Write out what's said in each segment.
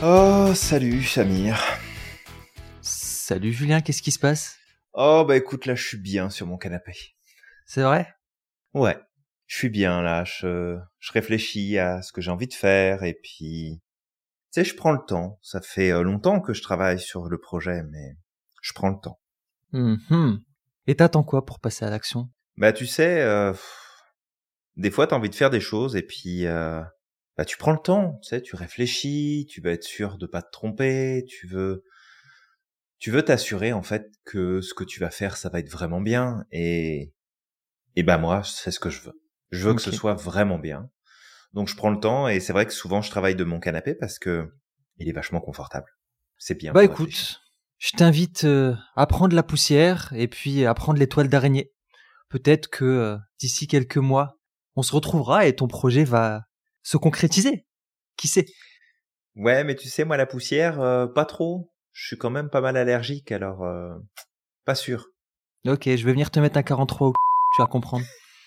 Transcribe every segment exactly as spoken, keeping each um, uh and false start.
Oh, salut Samir. Salut Julien, qu'est-ce qui se passe? Oh, bah écoute, là, je suis bien sur mon canapé. C'est vrai? Ouais, je suis bien là, je, je réfléchis à ce que j'ai envie de faire et puis, tu sais, je prends le temps. Ça fait euh, longtemps que je travaille sur le projet, mais je prends le temps. Mhm. Et t'attends quoi pour passer à l'action? Bah tu sais, euh, pff, des fois t'as envie de faire des choses et puis, euh, bah tu prends le temps, tu sais, tu réfléchis, tu veux être sûr de pas te tromper, tu veux, tu veux t'assurer en fait que ce que tu vas faire, ça va être vraiment bien et Et ben moi, c'est ce que je veux. Je veux que ce Ok. soit vraiment bien. Donc je prends le temps et c'est vrai que souvent je travaille de mon canapé parce que il est vachement confortable. C'est bien Bah pour réfléchir. écoute, je t'invite euh, à prendre la poussière et puis à prendre les toiles d'araignée. Peut-être que euh, d'ici quelques mois, on se retrouvera et ton projet va se concrétiser. Qui sait? Ouais, mais tu sais, moi la poussière, euh, pas trop. Je suis quand même pas mal allergique, alors euh, pas sûr. Ok, je vais venir te mettre un quarante-trois au c***, tu vas comprendre.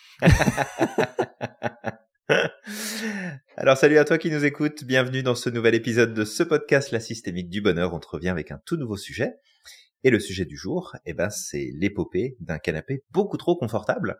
Alors salut à toi qui nous écoutes, bienvenue dans ce nouvel épisode de ce podcast La Systémique du Bonheur. On te revient avec un tout nouveau sujet. Et le sujet du jour, eh ben, c'est l'épopée d'un canapé beaucoup trop confortable.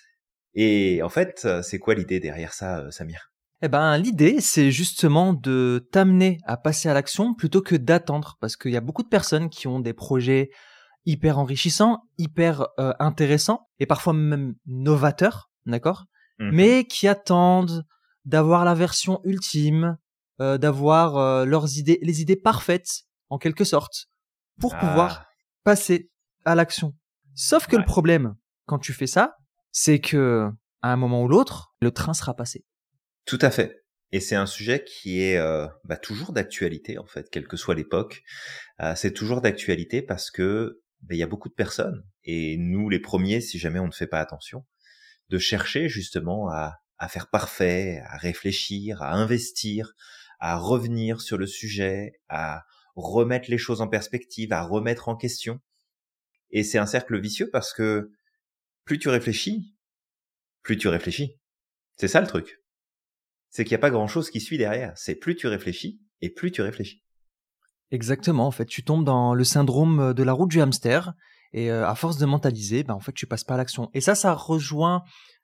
Et en fait, c'est quoi l'idée derrière ça, euh, Samir? Eh ben, l'idée, c'est justement de t'amener à passer à l'action plutôt que d'attendre, parce qu'il y a beaucoup de personnes qui ont des projets hyper enrichissants, hyper euh, intéressants et parfois même novateurs, d'accord? Mhm. Mais qui attendent d'avoir la version ultime, euh, d'avoir euh, leurs idées, les idées parfaites en quelque sorte, pour pouvoir Ah, passer à l'action. Sauf que le ouais, problème, quand tu fais ça, c'est que à un moment ou l'autre, le train sera passé. tout à fait. Et c'est un sujet qui est euh, bah, toujours d'actualité en fait, quelle que soit l'époque. Euh, c'est toujours d'actualité parce que bah, il y a beaucoup de personnes, et nous les premiers, si jamais on ne fait pas attention, de chercher justement à, à faire parfait, à réfléchir, à investir, à revenir sur le sujet, à remettre les choses en perspective, à remettre en question. Et c'est un cercle vicieux parce que plus tu réfléchis, plus tu réfléchis. C'est ça le truc. C'est qu'il n'y a pas grand-chose qui suit derrière. C'est plus tu réfléchis et plus tu réfléchis. Exactement, en fait, tu tombes dans le syndrome de la roue du hamster et euh, à force de mentaliser, ben en fait, tu passes pas à l'action. Et ça, ça rejoint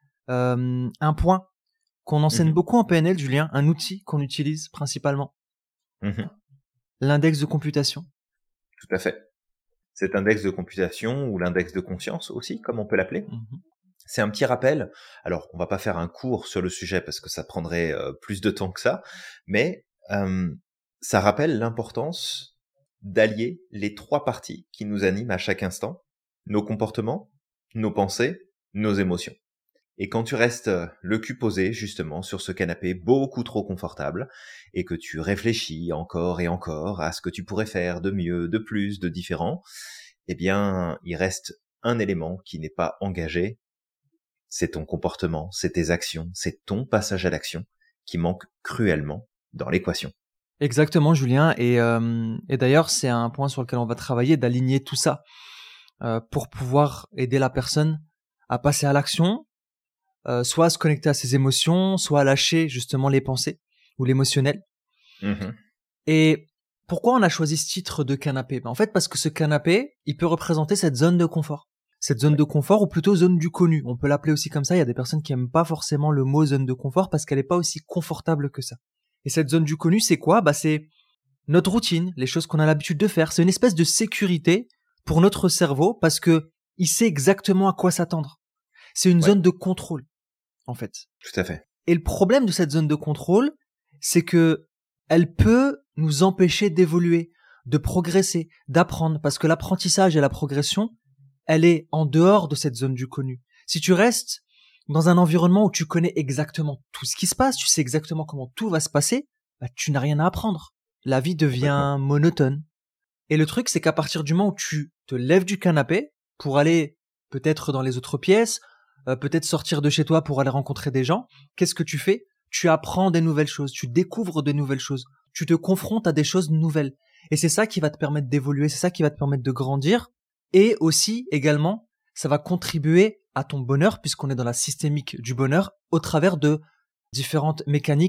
euh, un point qu'on enseigne Mhm, beaucoup en P N L, Julien, un outil qu'on utilise principalement, mhm, l'index de computation. tout à fait. Cet index de computation ou l'index de conscience aussi, comme on peut l'appeler, Mhm. c'est un petit rappel. Alors, on va pas faire un cours sur le sujet parce que ça prendrait euh, plus de temps que ça, mais euh, ça rappelle l'importance d'allier les trois parties qui nous animent à chaque instant, nos comportements, nos pensées, nos émotions. Et quand tu restes euh, le cul posé, justement, sur ce canapé beaucoup trop confortable, et que tu réfléchis encore et encore à ce que tu pourrais faire de mieux, de plus, de différent, eh bien, il reste un élément qui n'est pas engagé, c'est ton comportement, c'est tes actions, c'est ton passage à l'action qui manque cruellement dans l'équation. Exactement, Julien. Et, euh, et d'ailleurs, c'est un point sur lequel on va travailler, d'aligner tout ça euh, pour pouvoir aider la personne à passer à l'action, euh, soit à se connecter à ses émotions, soit à lâcher justement les pensées ou l'émotionnel. Mhm, Et pourquoi on a choisi ce titre de canapé? Ben, en fait, parce que ce canapé, il peut représenter cette zone de confort. Cette zone ouais. de confort, ou plutôt zone du connu. On peut l'appeler aussi comme ça. Il y a des personnes qui aiment pas forcément le mot zone de confort parce qu'elle est pas aussi confortable que ça. Et cette zone du connu, c'est quoi? Bah, c'est notre routine, les choses qu'on a l'habitude de faire. C'est une espèce de sécurité pour notre cerveau parce que il sait exactement à quoi s'attendre. C'est une Ouais, zone de contrôle, en fait. tout à fait. Et le problème de cette zone de contrôle, c'est que elle peut nous empêcher d'évoluer, de progresser, d'apprendre, parce que l'apprentissage et la progression, elle est en dehors de cette zone du connu. Si tu restes dans un environnement où tu connais exactement tout ce qui se passe, tu sais exactement comment tout va se passer, bah, tu n'as rien à apprendre. La vie Complètement. devient monotone. Et le truc, c'est qu'à partir du moment où tu te lèves du canapé pour aller peut-être dans les autres pièces, euh, peut-être sortir de chez toi pour aller rencontrer des gens, qu'est-ce que tu fais? Tu apprends des nouvelles choses, tu découvres de nouvelles choses, tu te confrontes à des choses nouvelles. Et c'est ça qui va te permettre d'évoluer, c'est ça qui va te permettre de grandir. Et aussi, également, ça va contribuer à ton bonheur, puisqu'on est dans la systémique du bonheur, au travers de différentes mécaniques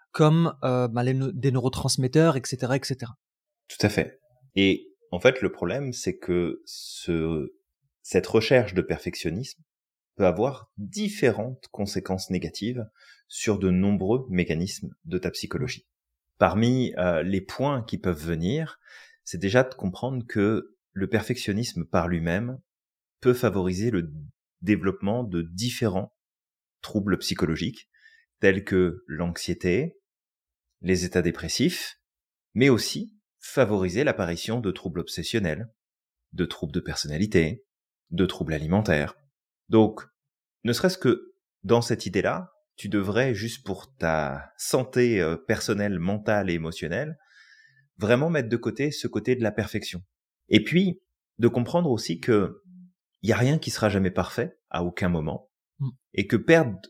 comme euh, bah, les, des neurotransmetteurs, et cetera, et cetera. Tout à fait. Et en fait, le problème, c'est que ce, cette recherche de perfectionnisme peut avoir différentes conséquences négatives sur de nombreux mécanismes de ta psychologie. Parmi euh, les points qui peuvent venir, c'est déjà de comprendre que le perfectionnisme par lui-même peut favoriser le développement de différents troubles psychologiques, tels que l'anxiété, les états dépressifs, mais aussi favoriser l'apparition de troubles obsessionnels, de troubles de personnalité, de troubles alimentaires. Donc, ne serait-ce que dans cette idée-là, tu devrais, juste pour ta santé euh, personnelle, mentale et émotionnelle, vraiment mettre de côté ce côté de la perfection. Et puis, de comprendre aussi que il n'y a rien qui sera jamais parfait, à aucun moment, mm. et que perdre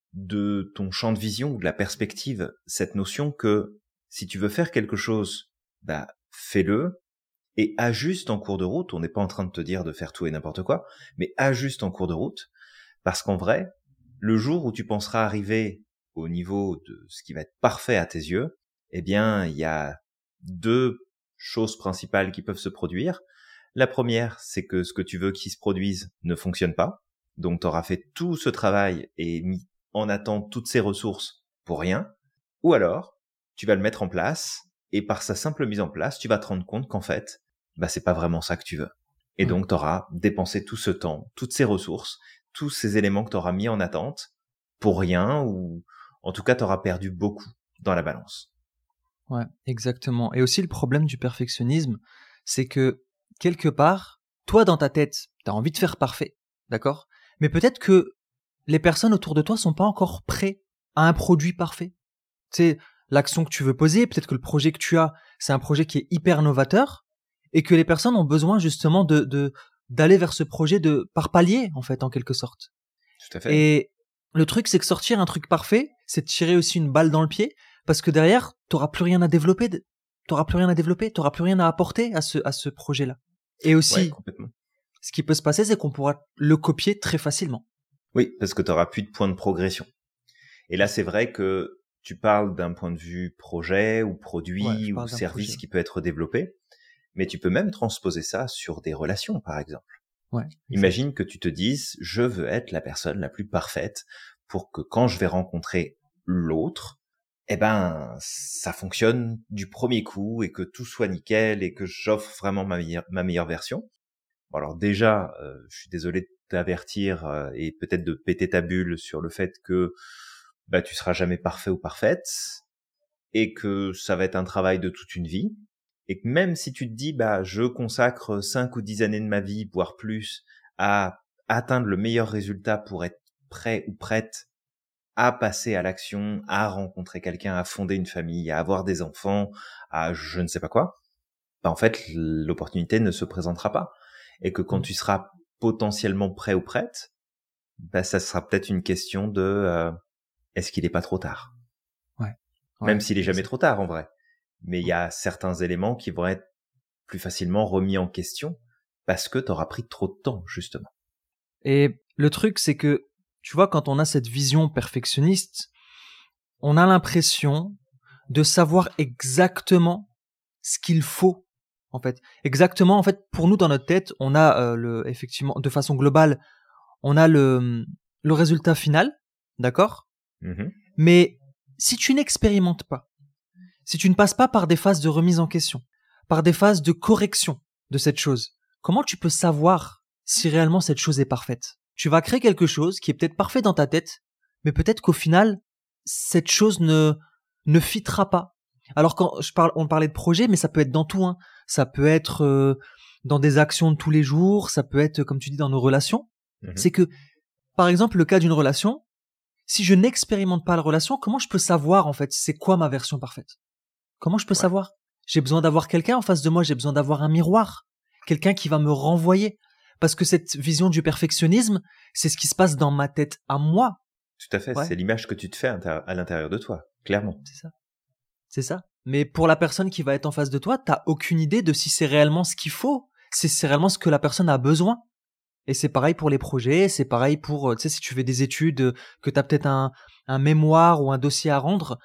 de ton champ de vision ou de la perspective cette notion que si tu veux faire quelque chose, bah, fais-le, et ajuste en cours de route. On n'est pas en train de te dire de faire tout et n'importe quoi, mais ajuste en cours de route, parce qu'en vrai, le jour où tu penseras arriver au niveau de ce qui va être parfait à tes yeux, eh bien, il y a deux choses principales qui peuvent se produire. La première, c'est que ce que tu veux qu'il se produise ne fonctionne pas. Donc, tu auras fait tout ce travail et mis en attente toutes ces ressources pour rien. Ou alors, tu vas le mettre en place et par sa simple mise en place, tu vas te rendre compte qu'en fait, bah, c'est pas vraiment ça que tu veux. Et mmh. donc, tu auras dépensé tout ce temps, toutes ces ressources, tous ces éléments que tu auras mis en attente pour rien, ou en tout cas, tu auras perdu beaucoup dans la balance. Ouais, exactement. Et aussi, le problème du perfectionnisme, c'est que quelque part, toi, dans ta tête, tu as envie de faire parfait, d'accord ? Mais peut-être que les personnes autour de toi sont pas encore prêts à un produit parfait. Tu sais, l'action que tu veux poser, peut-être que le projet que tu as, c'est un projet qui est hyper novateur et que les personnes ont besoin justement de, de d'aller vers ce projet de par palier, en fait, en quelque sorte. Tout à fait. Et le truc, c'est que sortir un truc parfait, c'est de tirer aussi une balle dans le pied, parce que derrière, t'auras plus rien à développer, t'auras plus rien à développer, t'auras plus rien à apporter à ce à ce projet-là. Et aussi, ouais, complètement. Ce qui peut se passer, c'est qu'on pourra le copier très facilement. Oui, parce que t'auras plus de point de progression. Et là, c'est vrai que tu parles d'un point de vue projet ou produit ouais, ou service projet. qui peut être développé, mais tu peux même transposer ça sur des relations, par exemple. Ouais, imagine que tu te dises, je veux être la personne la plus parfaite pour que quand je vais rencontrer l'autre, eh ben, ça fonctionne du premier coup et que tout soit nickel et que j'offre vraiment ma meilleure, ma meilleure version. Bon, alors déjà, euh, je suis désolé de t'avertir euh, et peut-être de péter ta bulle sur le fait que bah, tu seras jamais parfait ou parfaite et que ça va être un travail de toute une vie. Et que même si tu te dis, bah, je consacre cinq ou dix années de ma vie, voire plus, à atteindre le meilleur résultat pour être prêt ou prête à passer à l'action, à rencontrer quelqu'un, à fonder une famille, à avoir des enfants, à je ne sais pas quoi, bah, en fait, l'opportunité ne se présentera pas. Et que quand tu seras potentiellement prêt ou prête, bah, ça sera peut-être une question de, euh, est-ce qu'il est pas trop tard? Ouais. ouais même s'il est jamais trop tard, en vrai. Mais il y a certains éléments qui vont être plus facilement remis en question parce que tu auras pris trop de temps, justement. Et le truc, c'est que, tu vois, quand on a cette vision perfectionniste, on a l'impression de savoir exactement ce qu'il faut, en fait. Exactement, en fait, pour nous, dans notre tête, on a euh, le, effectivement, de façon globale, on a le, le résultat final, d'accord ? Mmh. Mais si tu n'expérimentes pas, si tu ne passes pas par des phases de remise en question, par des phases de correction de cette chose, comment tu peux savoir si réellement cette chose est parfaite ? Tu vas créer quelque chose qui est peut-être parfait dans ta tête, mais peut-être qu'au final, cette chose ne ne fitera pas. Alors quand je parle, on parlait de projet, mais ça peut être dans tout, hein. Ça peut être euh, dans des actions de tous les jours, ça peut être, comme tu dis, dans nos relations. Mmh. C'est que, par exemple, le cas d'une relation, si je n'expérimente pas la relation, comment je peux savoir, en fait, c'est quoi ma version parfaite ? Comment je peux ouais. savoir ? J'ai besoin d'avoir quelqu'un en face de moi, j'ai besoin d'avoir un miroir, quelqu'un qui va me renvoyer. Parce que cette vision du perfectionnisme, c'est ce qui se passe dans ma tête à moi. Tout à fait, ouais. C'est l'image que tu te fais à l'intérieur de toi, clairement. C'est ça. C'est ça. Mais pour la personne qui va être en face de toi, t'as aucune idée de si c'est réellement ce qu'il faut, si c'est réellement ce que la personne a besoin. Et c'est pareil pour les projets, c'est pareil pour, tu sais, si tu fais des études, que t'as peut-être un, un mémoire ou un dossier à rendre, tu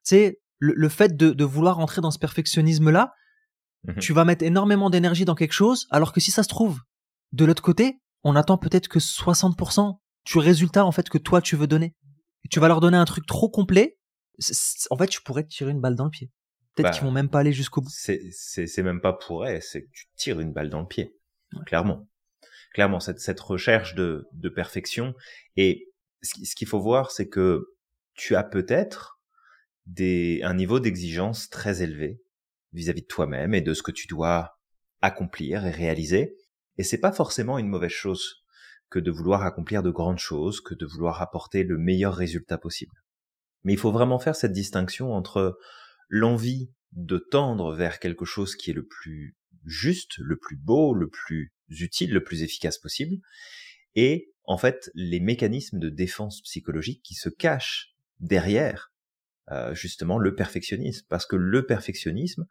sais, le, le fait de, de vouloir entrer dans ce perfectionnisme-là, Mmh. tu vas mettre énormément d'énergie dans quelque chose, alors que si ça se trouve, de l'autre côté, on attend peut-être que soixante pour cent du résultat en fait que toi tu veux donner. Et tu vas leur donner un truc trop complet. C'est- c'est- en fait, tu pourrais te tirer une balle dans le pied. Peut-être qu'ils vont Bah, même pas aller jusqu'au bout. c'est c'est c'est même pas pourrait, c'est que tu tires une balle dans le pied, Ouais. clairement. Clairement, cette cette recherche de de perfection et ce qui ce qu'il faut voir, c'est que tu as peut-être des un niveau d'exigence très élevé vis-à-vis de toi-même et de ce que tu dois accomplir et réaliser. Et c'est pas forcément une mauvaise chose que de vouloir accomplir de grandes choses, que de vouloir apporter le meilleur résultat possible. Mais il faut vraiment faire cette distinction entre l'envie de tendre vers quelque chose qui est le plus juste, le plus beau, le plus utile, le plus efficace possible, et en fait les mécanismes de défense psychologique qui se cachent derrière euh, justement le perfectionnisme. Parce que le perfectionnisme,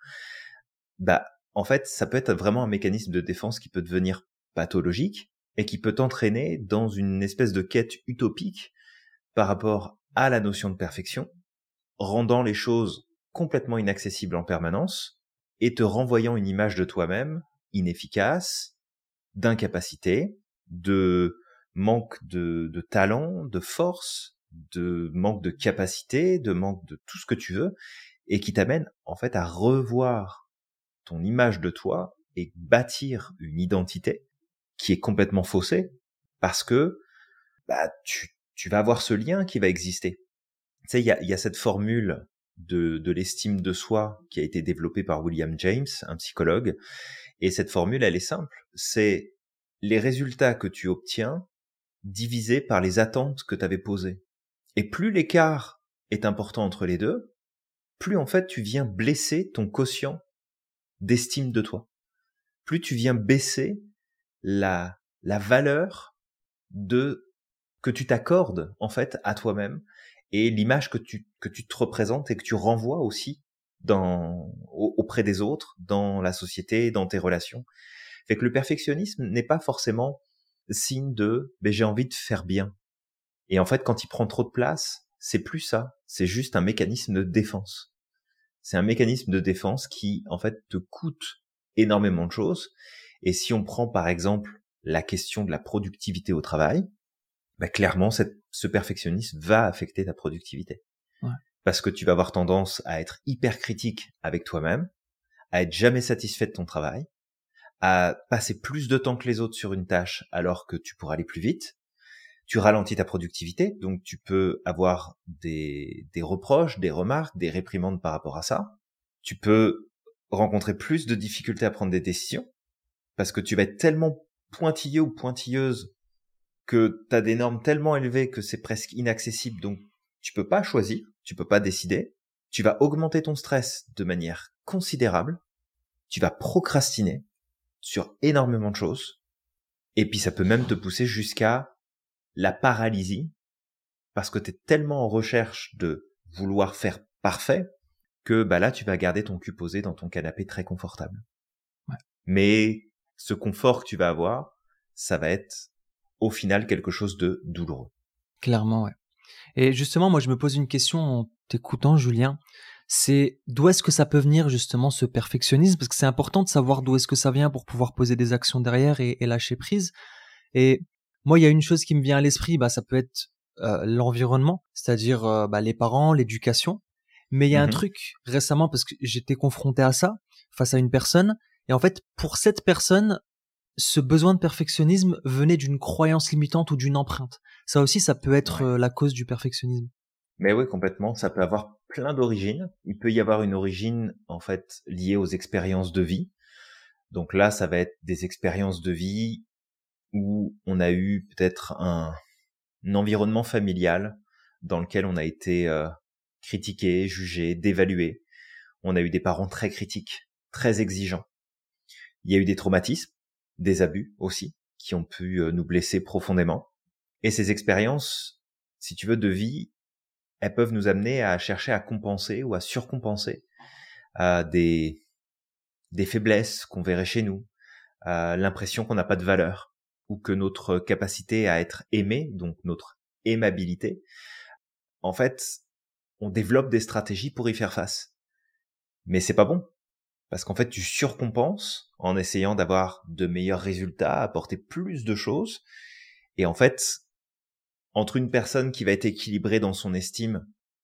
bah en fait ça peut être vraiment un mécanisme de défense qui peut devenir pathologique et qui peut t'entraîner dans une espèce de quête utopique par rapport à la notion de perfection, rendant les choses complètement inaccessibles en permanence et te renvoyant une image de toi-même inefficace, d'incapacité, de manque de, de talent, de force, de manque de capacité, de manque de tout ce que tu veux, et qui t'amène en fait à revoir ton image de toi et bâtir une identité qui est complètement faussée parce que bah, tu, tu vas avoir ce lien qui va exister. Tu sais, il y a, il y a cette formule de, de l'estime de soi qui a été développée par William James, un psychologue, et cette formule, elle est simple. C'est les résultats que tu obtiens divisés par les attentes que tu avais posées. Et plus l'écart est important entre les deux, plus en fait tu viens blesser ton quotient d'estime de toi. Plus tu viens baisser la, la valeur de que tu t'accordes en fait à toi-même et l'image que tu que tu te représentes et que tu renvoies aussi dans auprès des autres, dans la société, dans tes relations. Fait que le perfectionnisme n'est pas forcément signe de ben, j'ai envie de faire bien. Et en fait, quand il prend trop de place, c'est plus ça, c'est juste un mécanisme de défense. C'est un mécanisme de défense qui en fait te coûte énormément de choses. Et si on prend par exemple la question de la productivité au travail, bah clairement, cette, ce perfectionnisme va affecter ta productivité. Ouais. Parce que tu vas avoir tendance à être hyper critique avec toi-même, à être jamais satisfait de ton travail, à passer plus de temps que les autres sur une tâche alors que tu pourras aller plus vite. Tu ralentis ta productivité, donc tu peux avoir des, des reproches, des remarques, des réprimandes par rapport à ça. Tu peux rencontrer plus de difficultés à prendre des décisions parce que tu vas être tellement pointilleux ou pointilleuse que tu as des normes tellement élevées que c'est presque inaccessible, donc tu peux pas choisir, tu peux pas décider, tu vas augmenter ton stress de manière considérable, tu vas procrastiner sur énormément de choses, et puis ça peut même te pousser jusqu'à la paralysie, parce que tu es tellement en recherche de vouloir faire parfait, que bah là tu vas garder ton cul posé dans ton canapé très confortable. Ouais. Mais ce confort que tu vas avoir, ça va être au final quelque chose de douloureux. Clairement, ouais. Et justement, moi, je me pose une question en t'écoutant, Julien. C'est d'où est-ce que ça peut venir justement ce perfectionnisme? Parce que c'est important de savoir d'où est-ce que ça vient pour pouvoir poser des actions derrière et, et lâcher prise. Et moi, il y a une chose qui me vient à l'esprit, bah, ça peut être euh, l'environnement, c'est-à-dire euh, bah, les parents, l'éducation. Mais il y a un Mhm. truc récemment, parce que j'étais confronté à ça, face à une personne. Et en fait, pour cette personne, ce besoin de perfectionnisme venait d'une croyance limitante ou d'une empreinte. Ça aussi, ça peut être Ouais. euh, la cause du perfectionnisme. Mais oui, complètement. Ça peut avoir plein d'origines. Il peut y avoir une origine, en fait, liée aux expériences de vie. Donc là, ça va être des expériences de vie où on a eu peut-être un, un environnement familial dans lequel on a été euh, critiqué, jugé, dévalué. On a eu des parents très critiques, très exigeants. Il y a eu des traumatismes, des abus aussi, qui ont pu euh, nous blesser profondément. Et ces expériences, si tu veux, de vie, elles peuvent nous amener à chercher à compenser ou à surcompenser à des, des faiblesses qu'on verrait chez nous, à l'impression qu'on n'a pas de valeur ou que notre capacité à être aimé, donc notre aimabilité, en fait, on développe des stratégies pour y faire face. Mais c'est pas bon. Parce qu'en fait, tu surcompenses en essayant d'avoir de meilleurs résultats, apporter plus de choses. Et en fait, entre une personne qui va être équilibrée dans son estime,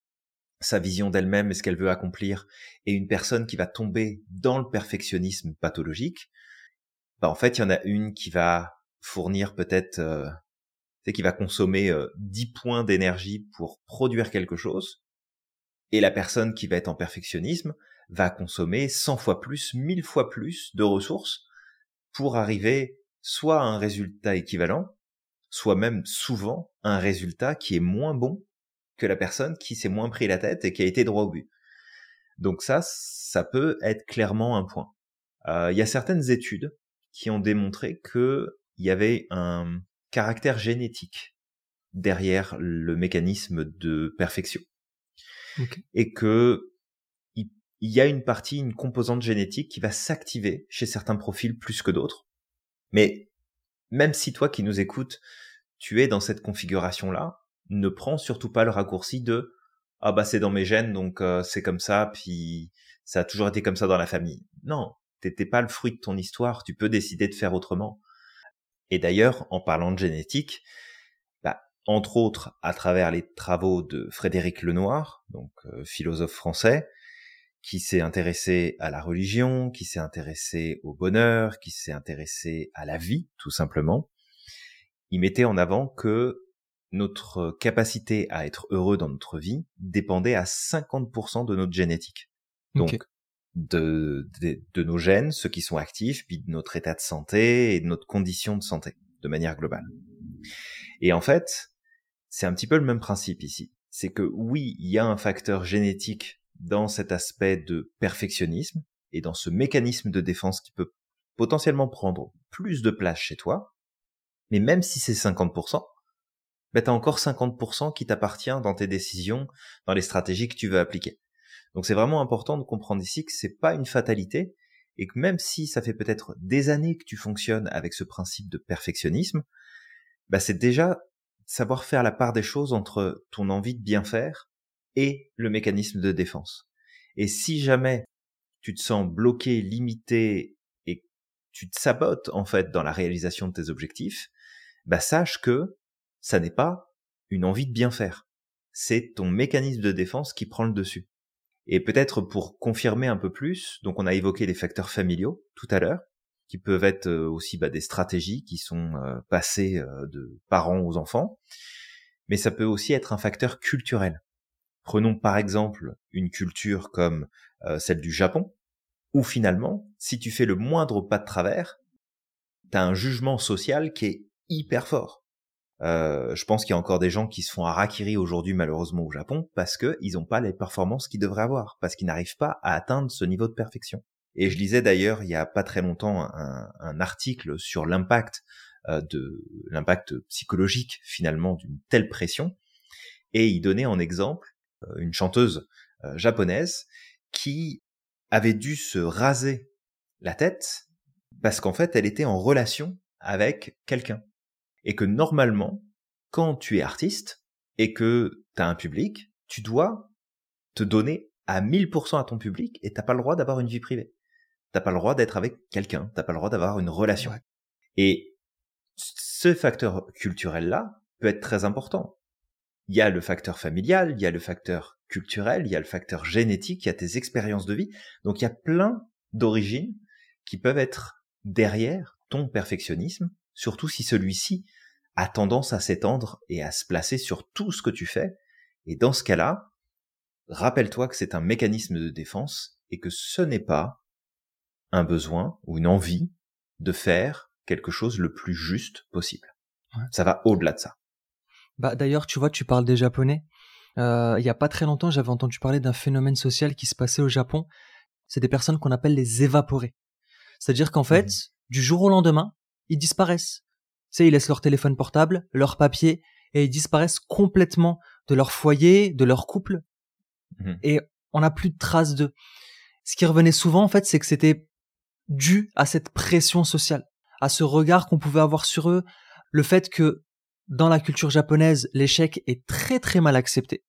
sa vision d'elle-même et ce qu'elle veut accomplir, et une personne qui va tomber dans le perfectionnisme pathologique, bah en fait, il y en a une qui va fournir peut-être, euh, tu sais, qui va consommer euh, dix points d'énergie pour produire quelque chose, et la personne qui va être en perfectionnisme va consommer cent fois plus, mille fois plus de ressources pour arriver soit à un résultat équivalent, soit même souvent un résultat qui est moins bon que la personne qui s'est moins pris la tête et qui a été droit au but. Donc ça, ça peut être clairement un point. Euh, il y a certaines études qui ont démontré qu'il y avait un caractère génétique derrière le mécanisme de perfection. Okay. Et que il, il y a une partie, une composante génétique qui va s'activer chez certains profils plus que d'autres. Mais même si toi qui nous écoutes, tu es dans cette configuration-là, ne prends surtout pas le raccourci de « Ah bah c'est dans mes gènes, donc euh, c'est comme ça, puis ça a toujours été comme ça dans la famille. » Non, t'étais pas le fruit de ton histoire, tu peux décider de faire autrement. Et d'ailleurs, en parlant de génétique, bah, entre autres à travers les travaux de Frédéric Lenoir, donc euh, philosophe français, qui s'est intéressé à la religion, qui s'est intéressé au bonheur, qui s'est intéressé à la vie, tout simplement, il mettait en avant que notre capacité à être heureux dans notre vie dépendait à cinquante pour cent de notre génétique. Donc, okay. de, de, de nos gènes, ceux qui sont actifs, puis de notre état de santé et de notre condition de santé, de manière globale. Et en fait, c'est un petit peu le même principe ici. C'est que oui, il y a un facteur génétique dans cet aspect de perfectionnisme et dans ce mécanisme de défense qui peut potentiellement prendre plus de place chez toi, mais même si c'est cinquante pour cent, ben t'as encore cinquante pour cent qui t'appartient dans tes décisions, dans les stratégies que tu veux appliquer. Donc c'est vraiment important de comprendre ici que c'est pas une fatalité et que même si ça fait peut-être des années que tu fonctionnes avec ce principe de perfectionnisme, ben c'est déjà savoir faire la part des choses entre ton envie de bien faire et le mécanisme de défense. Et si jamais tu te sens bloqué, limité et tu te sabotes en fait dans la réalisation de tes objectifs, bah sache que ça n'est pas une envie de bien faire. C'est ton mécanisme de défense qui prend le dessus. Et peut-être pour confirmer un peu plus, donc on a évoqué les facteurs familiaux tout à l'heure, qui peuvent être aussi bah, des stratégies qui sont euh, passées euh, de parents aux enfants, mais ça peut aussi être un facteur culturel. Prenons par exemple une culture comme euh, celle du Japon, où finalement, si tu fais le moindre pas de travers, t'as un jugement social qui est hyper fort. Euh, je pense qu'il y a encore des gens qui se font harakiri aujourd'hui malheureusement au Japon parce que ils n'ont pas les performances qu'ils devraient avoir, parce qu'ils n'arrivent pas à atteindre ce niveau de perfection. Et je lisais d'ailleurs il y a pas très longtemps un, un article sur l'impact euh, de l'impact psychologique finalement d'une telle pression, et il donnait en exemple euh, une chanteuse euh, japonaise qui avait dû se raser la tête parce qu'en fait elle était en relation avec quelqu'un. Et que normalement, quand tu es artiste et que tu as un public, tu dois te donner à mille pour cent à ton public et t'as pas le droit d'avoir une vie privée. T'as pas le droit d'être avec quelqu'un, t'as pas le droit d'avoir une relation. Ouais. Et ce facteur culturel-là peut être très important. Il y a le facteur familial, il y a le facteur culturel, il y a le facteur génétique, il y a tes expériences de vie. Donc il y a plein d'origines qui peuvent être derrière ton perfectionnisme, surtout si celui-ci a tendance à s'étendre et à se placer sur tout ce que tu fais. Et dans ce cas-là, rappelle-toi que c'est un mécanisme de défense et que ce n'est pas un besoin ou une envie de faire quelque chose le plus juste possible. Ouais. Ça va au-delà de ça. Bah, d'ailleurs, tu vois, tu parles des Japonais. Euh, il y a pas très longtemps, j'avais entendu parler d'un phénomène social qui se passait au Japon. C'est des personnes qu'on appelle les évaporés. C'est-à-dire qu'en fait, mmh. du jour au lendemain, ils disparaissent. Tu sais, ils laissent leur téléphone portable, leur papier, et ils disparaissent complètement de leur foyer, de leur couple. Mmh. Et on n'a plus de traces d'eux. Ce qui revenait souvent, en fait, c'est que c'était dû à cette pression sociale, à ce regard qu'on pouvait avoir sur eux, le fait que dans la culture japonaise, l'échec est très très mal accepté.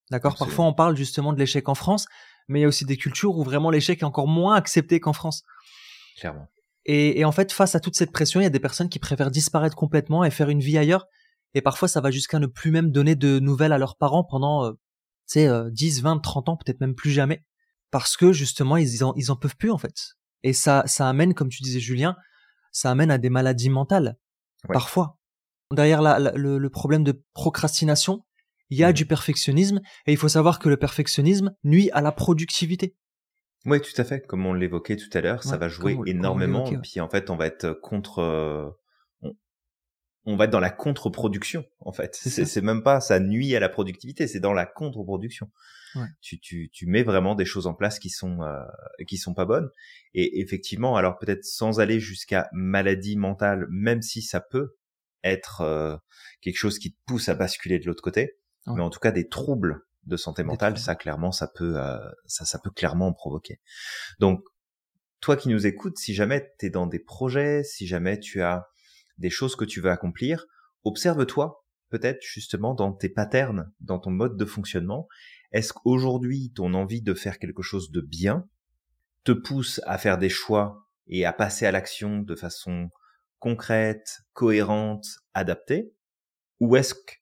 D'accord? Parfois, Absolument, on parle justement de l'échec en France, mais il y a aussi des cultures où vraiment l'échec est encore moins accepté qu'en France. clairement. Et, et en fait, face à toute cette pression, il y a des personnes qui préfèrent disparaître complètement et faire une vie ailleurs. Et parfois, ça va jusqu'à ne plus même donner de nouvelles à leurs parents pendant, euh, tu sais, euh, dix, vingt, trente ans, peut-être même plus jamais. Parce que justement, ils en, ils en peuvent plus, en fait. Et ça, ça amène, comme tu disais, Julien, ça amène à des maladies mentales. Ouais. Parfois. Derrière la, la- le, le problème de procrastination, il y a Mhm. du perfectionnisme. Et il faut savoir que le perfectionnisme nuit à la productivité. Oui, tout à fait. Comme on l'évoquait tout à l'heure, ça Ouais, va comme jouer on, comme on énormément. l'évoquait. Ouais. Puis en fait, on va être contre, euh, on, on va être dans la contre-production. En fait, C'est c'est ça. c'est même pas ça nuit à la productivité, c'est dans la contre-production. Ouais. Tu, tu, tu mets vraiment des choses en place qui sont euh, qui sont pas bonnes. Et effectivement, alors peut-être sans aller jusqu'à maladie mentale, même si ça peut être euh, quelque chose qui te pousse à basculer de l'autre côté, Ouais. mais en tout cas des troubles de santé Des mentale, troubles. ça clairement, ça peut euh, ça ça peut clairement en provoquer. Donc toi qui nous écoutes, si jamais tu es dans des projets, si jamais tu as des choses que tu veux accomplir, observe-toi peut-être justement dans tes patterns, dans ton mode de fonctionnement. Est-ce qu'aujourd'hui, ton envie de faire quelque chose de bien te pousse à faire des choix et à passer à l'action de façon concrète, cohérente, adaptée? Ou est-ce que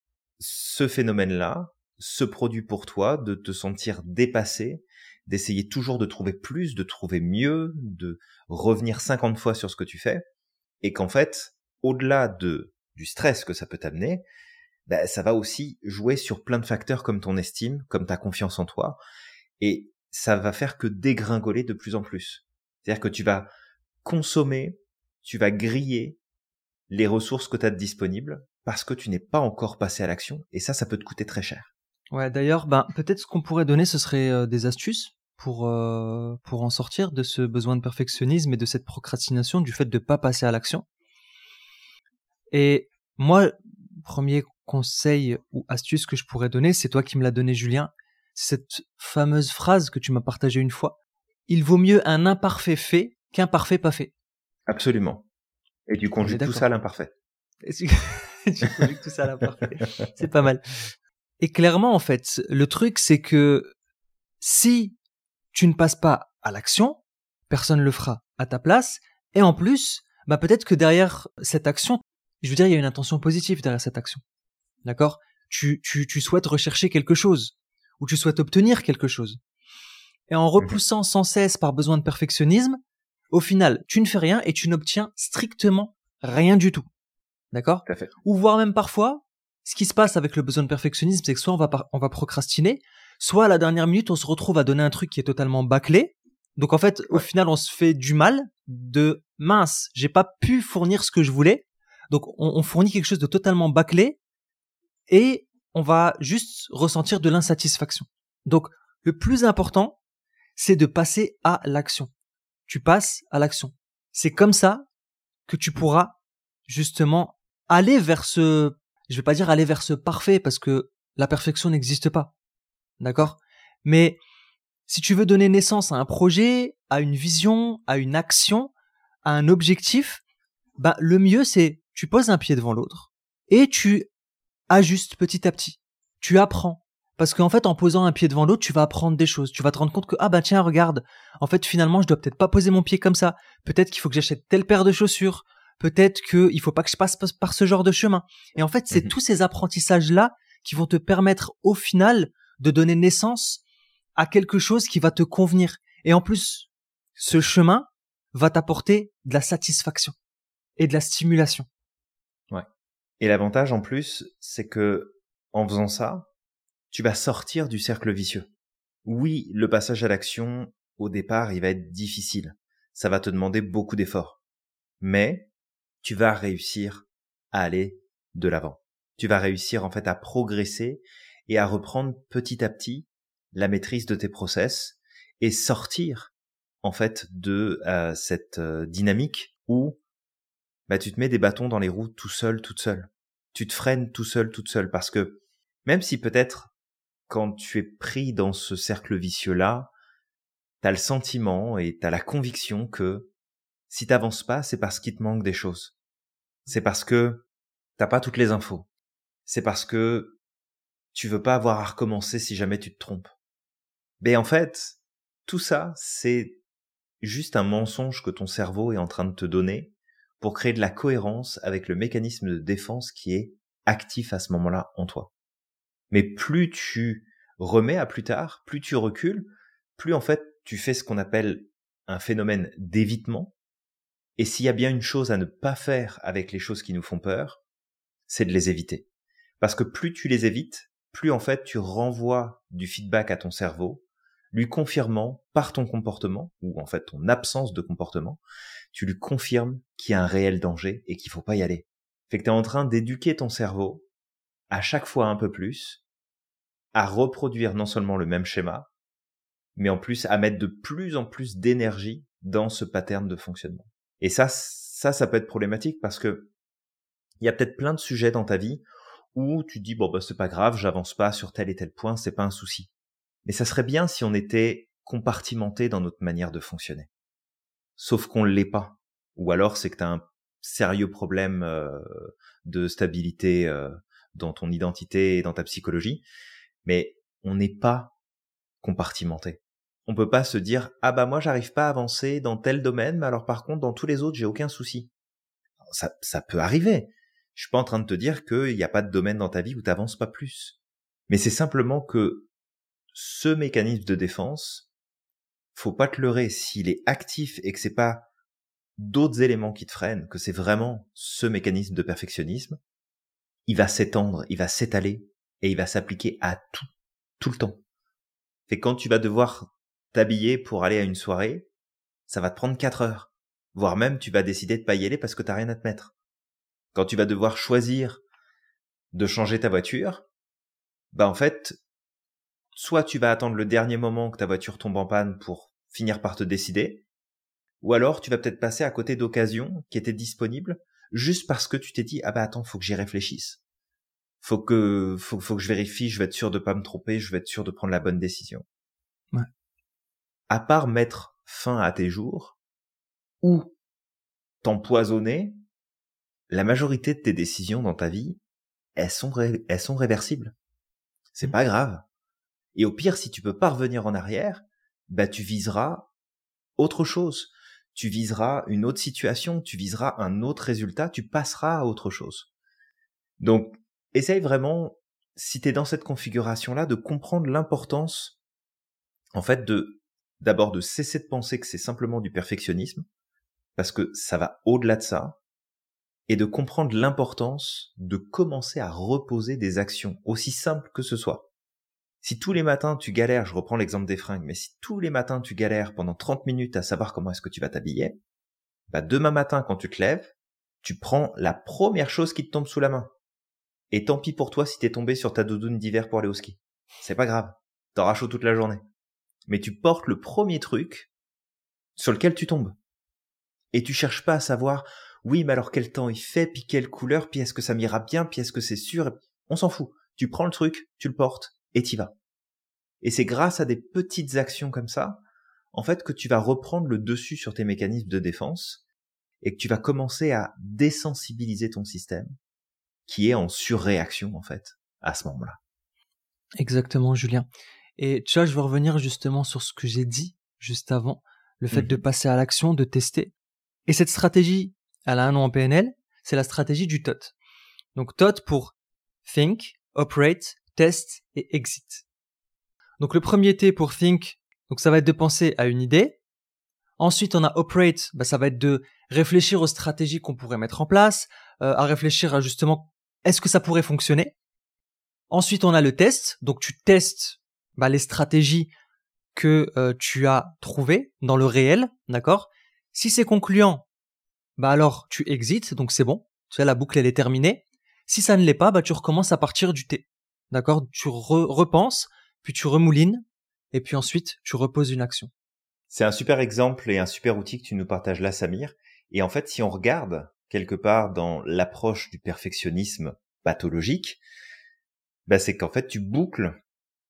ce phénomène-là se produit pour toi de te sentir dépassé, d'essayer toujours de trouver plus, de trouver mieux, de revenir cinquante fois sur ce que tu fais, et qu'en fait, au-delà de du stress que ça peut t'amener, bah, ça va aussi jouer sur plein de facteurs comme ton estime, comme ta confiance en toi, et ça va faire que dégringoler de plus en plus. C'est-à-dire que tu vas consommer, tu vas griller les ressources que tu as disponibles parce que tu n'es pas encore passé à l'action, et ça, ça peut te coûter très cher. Ouais, d'ailleurs, ben, peut-être ce qu'on pourrait donner, ce serait euh, des astuces pour, euh, pour en sortir de ce besoin de perfectionnisme et de cette procrastination, du fait de ne pas passer à l'action. Et moi, premier conseil ou astuce que je pourrais donner, c'est toi qui me l'as donné, Julien, c'est cette fameuse phrase que tu m'as partagée une fois. Il vaut mieux un imparfait fait qu'un parfait pas fait. Absolument. Et tu On est conjugues tout ça à d'accord. l'imparfait. Et tu, tu conjugues tout ça à l'imparfait. C'est pas mal. Et clairement, en fait, le truc, c'est que si tu ne passes pas à l'action, personne ne le fera à ta place. Et en plus, bah peut-être que derrière cette action, je veux dire, il y a une intention positive derrière cette action. D'accord? Tu, tu, tu souhaites rechercher quelque chose, ou tu souhaites obtenir quelque chose. Et en Mhm. repoussant sans cesse par besoin de perfectionnisme, au final, tu ne fais rien et tu n'obtiens strictement rien du tout. D'accord? Tout à fait. Ou voire même parfois, ce qui se passe avec le besoin de perfectionnisme, c'est que soit on va, par- on va procrastiner, soit à la dernière minute, on se retrouve à donner un truc qui est totalement bâclé. Donc en fait, au Ouais. final, on se fait du mal de mince, j'ai pas pu fournir ce que je voulais. Donc on, on fournit quelque chose de totalement bâclé et on va juste ressentir de l'insatisfaction. Donc le plus important, c'est de passer à l'action. Tu passes à l'action. C'est comme ça que tu pourras justement aller vers ce, je vais pas dire aller vers ce parfait parce que la perfection n'existe pas. Ouais. D'accord? Mais si tu veux donner naissance à un projet, à une vision, à une action, à un objectif, bah, le mieux c'est tu poses un pied devant l'autre et tu ajustes petit à petit. Tu apprends. Parce qu'en fait, en posant un pied devant l'autre, tu vas apprendre des choses. Tu vas te rendre compte que, ah bah tiens, regarde, en fait, finalement, je dois peut-être pas poser mon pied comme ça. Peut-être qu'il faut que j'achète telle paire de chaussures. Peut-être qu'il faut pas que je passe par ce genre de chemin. Et en fait, c'est Mhm. tous ces apprentissages-là qui vont te permettre, au final, de donner naissance à quelque chose qui va te convenir. Et en plus, Tout à ce fait. chemin va t'apporter de la satisfaction et de la stimulation. Ouais. Et l'avantage en plus, c'est que en faisant ça, tu vas sortir du cercle vicieux. Oui, le passage à l'action, au départ, il va être difficile. Ça va te demander beaucoup d'efforts. Mais tu vas réussir à aller de l'avant. Tu vas réussir en fait à progresser et à reprendre petit à petit la maîtrise de tes process et sortir en fait de euh, cette euh, dynamique où bah, tu te mets des bâtons dans les roues tout seul, toute seule. Tu te freines tout seul, toute seule parce que même si peut-être quand tu es pris dans ce cercle vicieux-là, t'as le sentiment et t'as la conviction que si t'avances pas, c'est parce qu'il te manque des choses. C'est parce que t'as pas toutes les infos. C'est parce que tu veux pas avoir à recommencer si jamais tu te trompes. Mais en fait, tout ça, c'est juste un mensonge que ton cerveau est en train de te donner pour créer de la cohérence avec le mécanisme de défense qui est actif à ce moment-là en toi. Mais plus tu remets à plus tard, plus tu recules, plus en fait tu fais ce qu'on appelle un phénomène d'évitement. Et s'il y a bien une chose à ne pas faire avec les choses qui nous font peur, c'est de les éviter. Parce que plus tu les évites, plus en fait tu renvoies du feedback à ton cerveau, lui confirmant par ton comportement, ou en fait ton absence de comportement, tu lui confirmes qu'il y a un réel danger et qu'il faut pas y aller. Fait que tu es en train d'éduquer ton cerveau à chaque fois un peu plus, à reproduire non seulement le même schéma, mais en plus à mettre de plus en plus d'énergie dans ce pattern de fonctionnement. Et ça, ça, ça peut être problématique parce que il y a peut-être plein de sujets dans ta vie où tu te dis, bon, bah, c'est pas grave, j'avance pas sur tel et tel point, c'est pas un souci. Mais ça serait bien si on était compartimenté dans notre manière de fonctionner. Sauf qu'on l'est pas. Ou alors, c'est que tu as un sérieux problème euh, de stabilité euh, dans ton identité et dans ta psychologie. Mais on n'est pas compartimenté. On peut pas se dire, ah bah moi, j'arrive pas à avancer dans tel domaine, mais alors par contre, dans tous les autres, j'ai aucun souci. Ça, ça peut arriver. Je suis pas en train de te dire qu'il n'y a pas de domaine dans ta vie où tu n'avances pas plus. Mais c'est simplement que ce mécanisme de défense, faut pas te leurrer. S'il est actif et que c'est pas d'autres éléments qui te freinent, que c'est vraiment ce mécanisme de perfectionnisme, il va s'étendre, il va s'étaler et il va s'appliquer à tout, tout le temps. Et quand tu vas devoir t'habiller pour aller à une soirée, ça va te prendre quatre heures. Voire même, tu vas décider de pas y aller parce que t'as rien à te mettre. Quand tu vas devoir choisir de changer ta voiture, bah en fait, soit tu vas attendre le dernier moment que ta voiture tombe en panne pour finir par te décider, ou alors tu vas peut-être passer à côté d'occasions qui étaient disponibles juste parce que tu t'es dit, ah bah attends, faut que j'y réfléchisse. Faut que, faut, faut que je vérifie, je vais être sûr de pas me tromper, je vais être sûr de prendre la bonne décision. Ouais. À part mettre fin à tes jours, ou t'empoisonner, la majorité de tes décisions dans ta vie, elles sont, ré- elles sont réversibles. C'est Mmh. pas grave. Et au pire, si tu peux pas revenir en arrière, bah, tu viseras autre chose. Tu viseras une autre situation, tu viseras un autre résultat, tu passeras à autre chose. Donc, essaye vraiment, si t'es dans cette configuration-là, de comprendre l'importance, en fait, de, d'abord de cesser de penser que c'est simplement du perfectionnisme, parce que ça va au-delà de ça, et de comprendre l'importance de commencer à reposer des actions, aussi simples que ce soit. Si tous les matins tu galères, je reprends l'exemple des fringues, mais si tous les matins tu galères pendant trente minutes à savoir comment est-ce que tu vas t'habiller, bah demain matin quand tu te lèves, tu prends la première chose qui te tombe sous la main. Et tant pis pour toi si t'es tombé sur ta doudoune d'hiver pour aller au ski. C'est pas grave, t'auras chaud toute la journée. Mais tu portes le premier truc sur lequel tu tombes. Et tu cherches pas à savoir, oui mais alors quel temps il fait, puis quelle couleur, puis est-ce que ça m'ira bien, puis est-ce que c'est sûr. On s'en fout. Tu prends le truc, tu le portes, et t'y vas. Et c'est grâce à des petites actions comme ça, en fait, que tu vas reprendre le dessus sur tes mécanismes de défense et que tu vas commencer à désensibiliser ton système qui est en surréaction, en fait, à ce moment-là. Exactement, Julien. Et tu vois, je veux revenir justement sur ce que j'ai dit juste avant, le fait de Mhm. passer à l'action, de tester. Et cette stratégie, elle a un nom en P N L, c'est la stratégie du T O T. Donc T O T pour Think, Operate, Test et Exit. Donc le premier T pour Think, donc ça va être de penser à une idée. Ensuite, on a Operate, bah, ça va être de réfléchir aux stratégies qu'on pourrait mettre en place, euh, à réfléchir à justement, est-ce que ça pourrait fonctionner? Ensuite, on a le test, donc tu testes bah, les stratégies que euh, tu as trouvées dans le réel, d'accord? Si c'est concluant, bah alors tu exites, donc c'est bon, tu sais, la boucle elle est terminée. Si ça ne l'est pas, bah tu recommences à partir du T, d'accord? Tu re- repenses, puis tu remoulines, et puis ensuite tu reposes une action. C'est un super exemple et un super outil que tu nous partages là, Samir. Et en fait, si on regarde quelque part dans l'approche du perfectionnisme pathologique, bah, c'est qu'en fait, tu boucles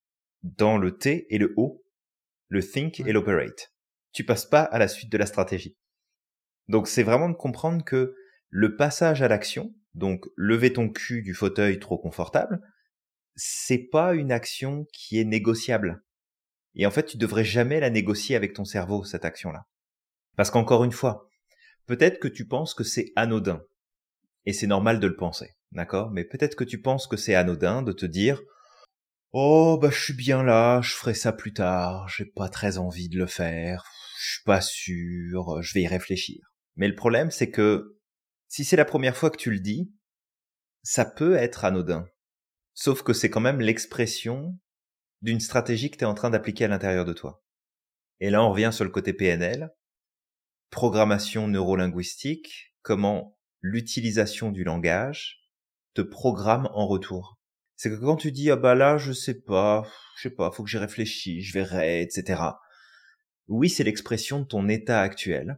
dans le T et le O, le think Ouais. et l'operate. Tu passes pas à la suite de la stratégie. Donc, c'est vraiment de comprendre que le passage à l'action, donc lever ton cul du fauteuil trop confortable, c'est pas une action qui est négociable. Et en fait, tu devrais jamais la négocier avec ton cerveau, cette action-là. Parce qu'encore une fois, peut-être que tu penses que c'est anodin. Et c'est normal de le penser, d'accord? Mais peut-être que tu penses que c'est anodin de te dire « Oh, bah, je suis bien là, je ferai ça plus tard, j'ai pas très envie de le faire, je suis pas sûr, je vais y réfléchir. » Mais le problème, c'est que si c'est la première fois que tu le dis, ça peut être anodin. Sauf que c'est quand même l'expression d'une stratégie que tu es en train d'appliquer à l'intérieur de toi. Et là, on revient sur le côté P N L, programmation neurolinguistique, comment l'utilisation du langage te programme en retour. C'est que quand tu dis « Ah bah là, je sais pas, je sais pas, faut que j'y réfléchisse, je verrai, et cetera » Oui, c'est l'expression de ton état actuel,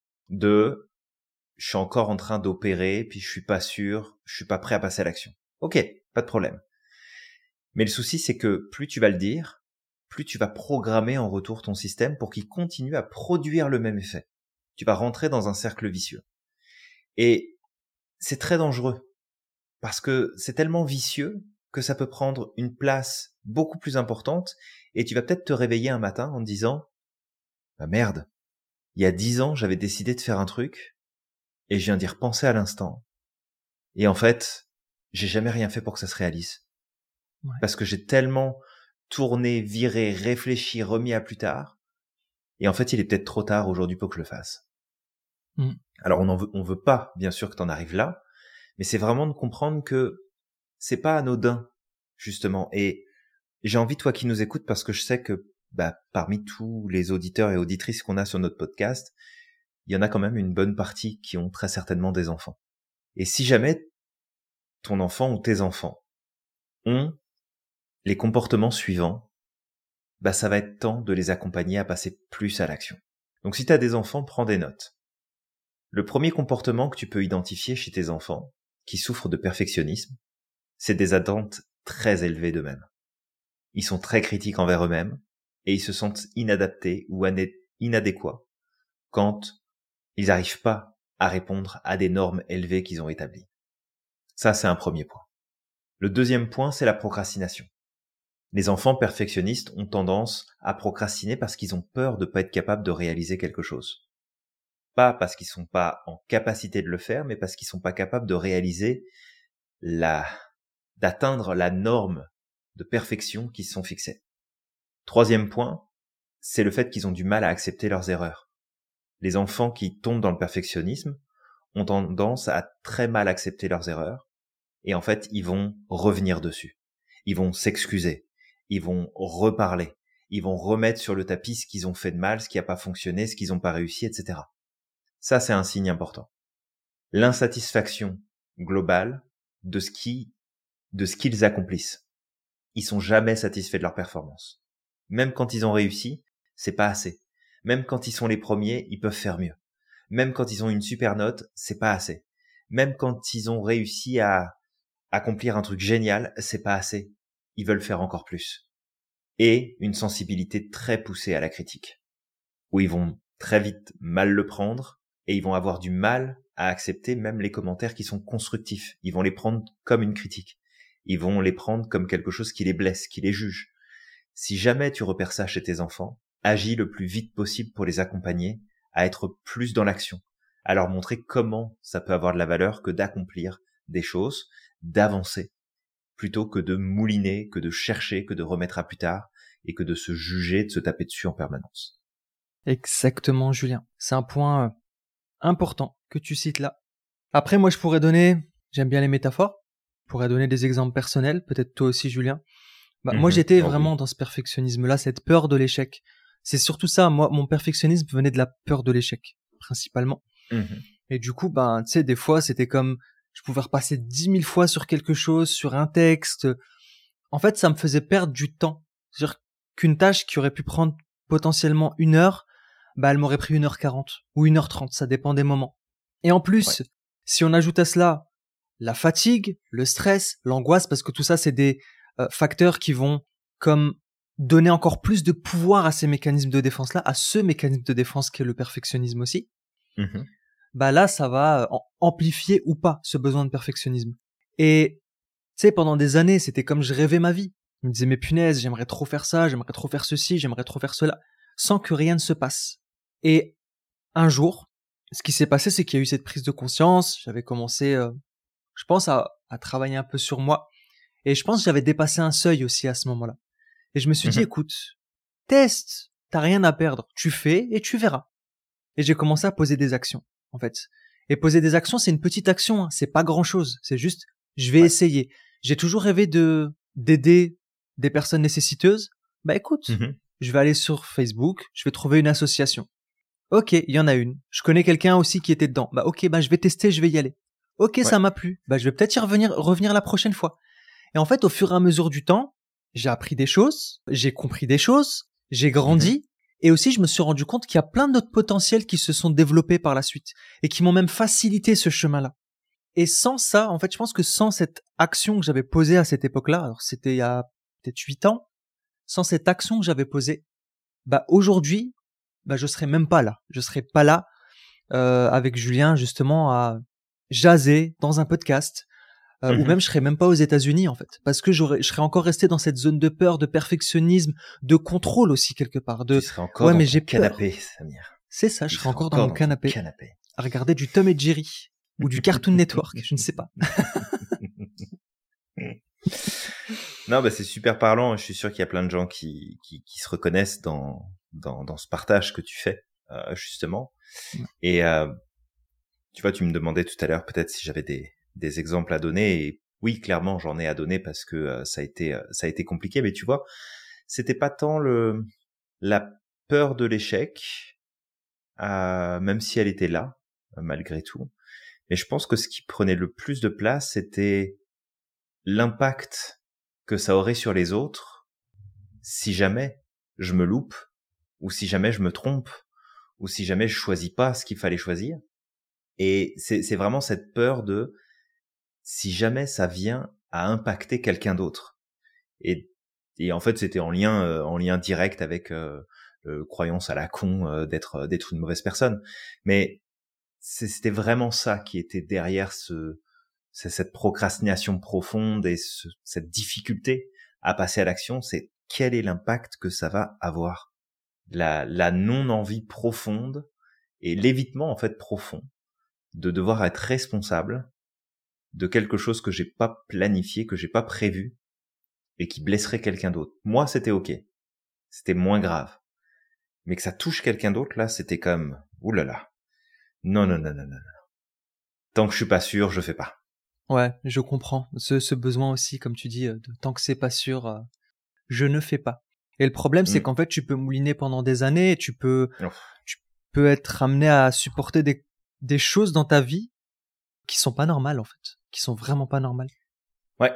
de « Je suis encore en train d'opérer, puis je suis pas sûr, je suis pas prêt à passer à l'action. » Ok, pas de problème. Mais le souci, c'est que plus tu vas le dire, plus tu vas programmer en retour ton système pour qu'il continue à produire le même effet. Tu vas rentrer dans un cercle vicieux. Et c'est très dangereux, parce que c'est tellement vicieux que ça peut prendre une place beaucoup plus importante, et tu vas peut-être te réveiller un matin en te disant « Bah merde, il y a dix ans, j'avais décidé de faire un truc, et je viens d'y repenser à l'instant. Et en fait, j'ai jamais rien fait pour que ça se réalise. Ouais. Parce que j'ai tellement tourné, viré, réfléchi, remis à plus tard, et en fait, il est peut-être trop tard aujourd'hui pour que je le fasse. Mm. » Alors, on en veut, on veut pas, bien sûr, que t'en arrives là, mais c'est vraiment de comprendre que c'est pas anodin, justement. Et j'ai envie, toi qui nous écoutes, parce que je sais que bah, parmi tous les auditeurs et auditrices qu'on a sur notre podcast, il y en a quand même une bonne partie qui ont très certainement des enfants. Et si jamais ton enfant ou tes enfants ont les comportements suivants, bah ça va être temps de les accompagner à passer plus à l'action. Donc si tu as des enfants, prends des notes. Le premier comportement que tu peux identifier chez tes enfants qui souffrent de perfectionnisme, c'est des attentes très élevées d'eux-mêmes. Ils sont très critiques envers eux-mêmes et ils se sentent inadaptés ou inadéquats quand ils n'arrivent pas à répondre à des normes élevées qu'ils ont établies. Ça, c'est un premier point. Le deuxième point, c'est la procrastination. Les enfants perfectionnistes ont tendance à procrastiner parce qu'ils ont peur de ne pas être capables de réaliser quelque chose. Pas parce qu'ils sont pas en capacité de le faire, mais parce qu'ils sont pas capables de réaliser la, d'atteindre la norme de perfection qu'ils se sont fixés. Troisième point, c'est le fait qu'ils ont du mal à accepter leurs erreurs. Les enfants qui tombent dans le perfectionnisme ont tendance à très mal accepter leurs erreurs et en fait, ils vont revenir dessus. Ils vont s'excuser. Ils vont reparler. Ils vont remettre sur le tapis ce qu'ils ont fait de mal, ce qui n'a pas fonctionné, ce qu'ils n'ont pas réussi, et cetera. Ça, c'est un signe important. L'insatisfaction globale de ce qui, de ce qu'ils accomplissent. Ils sont jamais satisfaits de leur performance. Même quand ils ont réussi, c'est pas assez. Même quand ils sont les premiers, ils peuvent faire mieux. Même quand ils ont une super note, c'est pas assez. Même quand ils ont réussi à accomplir un truc génial, c'est pas assez. Ils veulent faire encore plus. Et une sensibilité très poussée à la critique, où ils vont très vite mal le prendre et ils vont avoir du mal à accepter même les commentaires qui sont constructifs. Ils vont les prendre comme une critique. Ils vont les prendre comme quelque chose qui les blesse, qui les juge. Si jamais tu repères ça chez tes enfants, agis le plus vite possible pour les accompagner à être plus dans l'action, à leur montrer comment ça peut avoir de la valeur que d'accomplir des choses, d'avancer, plutôt que de mouliner, que de chercher, que de remettre à plus tard, et que de se juger, de se taper dessus en permanence. Exactement, Julien. C'est un point euh, important que tu cites là. Après, moi, je pourrais donner, j'aime bien les métaphores, je pourrais donner des exemples personnels, peut-être toi aussi, Julien. Bah, Mmh moi, j'étais oh vraiment oui. dans ce perfectionnisme-là, cette peur de l'échec. C'est surtout ça, moi, mon perfectionnisme venait de la peur de l'échec, principalement. Mmh Et du coup, ben, tu sais, des fois, c'était comme, je pouvais repasser dix mille fois sur quelque chose, sur un texte. En fait, ça me faisait perdre du temps. C'est-à-dire qu'une tâche qui aurait pu prendre potentiellement une heure, bah, elle m'aurait pris une heure quarante ou une heure trente, ça dépend des moments. Et en plus, ouais. si on ajoute à cela la fatigue, le stress, l'angoisse, parce que tout ça, c'est des euh, facteurs qui vont comme donner encore plus de pouvoir à ces mécanismes de défense-là, à ce mécanisme de défense qu'est le perfectionnisme aussi, Mmh bah là, ça va amplifier ou pas ce besoin de perfectionnisme. Et sais, pendant des années, c'était comme je rêvais ma vie. Je me disais, mais punaise, j'aimerais trop faire ça, j'aimerais trop faire ceci, j'aimerais trop faire cela, sans que rien ne se passe. Et un jour, ce qui s'est passé, c'est qu'il y a eu cette prise de conscience. J'avais commencé, euh, je pense, à, à travailler un peu sur moi. Et je pense que j'avais dépassé un seuil aussi à ce moment-là. Et je me suis dit, Mhm. écoute, teste, t'as rien à perdre. Tu fais et tu verras. Et j'ai commencé à poser des actions, en fait. Et poser des actions, c'est une petite action, hein. C'est pas grand-chose. C'est juste, je vais Ouais. essayer. J'ai toujours rêvé de d'aider des personnes nécessiteuses. Bah écoute, Mhm. je vais aller sur Facebook, je vais trouver une association. Ok, il y en a une. Je connais quelqu'un aussi qui était dedans. Bah ok, bah je vais tester, je vais y aller. Ok, Ouais. ça m'a plu. Bah je vais peut-être y revenir, revenir la prochaine fois. Et en fait, au fur et à mesure du temps, j'ai appris des choses, j'ai compris des choses, j'ai Mhm. grandi. Et aussi, je me suis rendu compte qu'il y a plein d'autres potentiels qui se sont développés par la suite et qui m'ont même facilité ce chemin-là. Et sans ça, en fait, je pense que sans cette action que j'avais posée à cette époque-là, alors c'était il y a peut-être huit ans, sans cette action que j'avais posée, bah aujourd'hui, bah je serais même pas là. Je serais pas là euh, avec Julien justement à jaser dans un podcast, euh, ou Mhm. même je serais même pas aux États-Unis en fait, parce que j'aurais, je serais encore resté dans cette zone de peur, de perfectionnisme, de contrôle aussi quelque part. Tu De serais encore ouais dans mais ton j'ai peur. canapé, Samir. C'est ça, je Tu serais serais encore dans encore mon dans ton canapé canapé. à regarder du Tom et Jerry ou du Cartoon Network, je ne sais pas. Non, bah c'est super parlant. Je suis sûr qu'il y a plein de gens qui, qui, qui se reconnaissent dans, dans, dans ce partage que tu fais, euh, justement. Et euh, tu vois, tu me demandais tout à l'heure peut-être si j'avais des, des exemples à donner. Et oui, clairement, j'en ai à donner parce que euh, ça a été, euh, ça a été compliqué. Mais tu vois, c'était pas tant le, la peur de l'échec, euh, même si elle était là, euh, malgré tout. Mais je pense que ce qui prenait le plus de place, c'était l'impact que ça aurait sur les autres si jamais je me loupe, ou si jamais je me trompe, ou si jamais je choisis pas ce qu'il fallait choisir. Et c'est, c'est vraiment cette peur de si jamais ça vient à impacter quelqu'un d'autre. Et, et en fait, c'était en lien, euh, en lien direct avec euh, euh, croyance à la con euh, d'être, d'être une mauvaise personne. Mais c'est- c'était vraiment ça qui était derrière ce, c'est cette procrastination profonde et ce, cette difficulté à passer à l'action. C'est quel est l'impact que ça va avoir, la, la non-envie profonde et l'évitement en fait profond de devoir être responsable de quelque chose que j'ai pas planifié, que j'ai pas prévu et qui blesserait quelqu'un d'autre. Moi, c'était ok, c'était moins grave, mais que ça touche quelqu'un d'autre là, c'était comme oulala, non non non non non, tant que je suis pas sûr, je fais pas. Ouais, je comprends ce, ce besoin aussi, comme tu dis, euh, de tant que c'est pas sûr, euh, je ne fais pas. Et le problème, c'est Mm. qu'en fait, tu peux mouliner pendant des années, et tu peux, Ouf. tu peux être amené à supporter des, des choses dans ta vie qui sont pas normales en fait, qui sont vraiment pas normales. Ouais.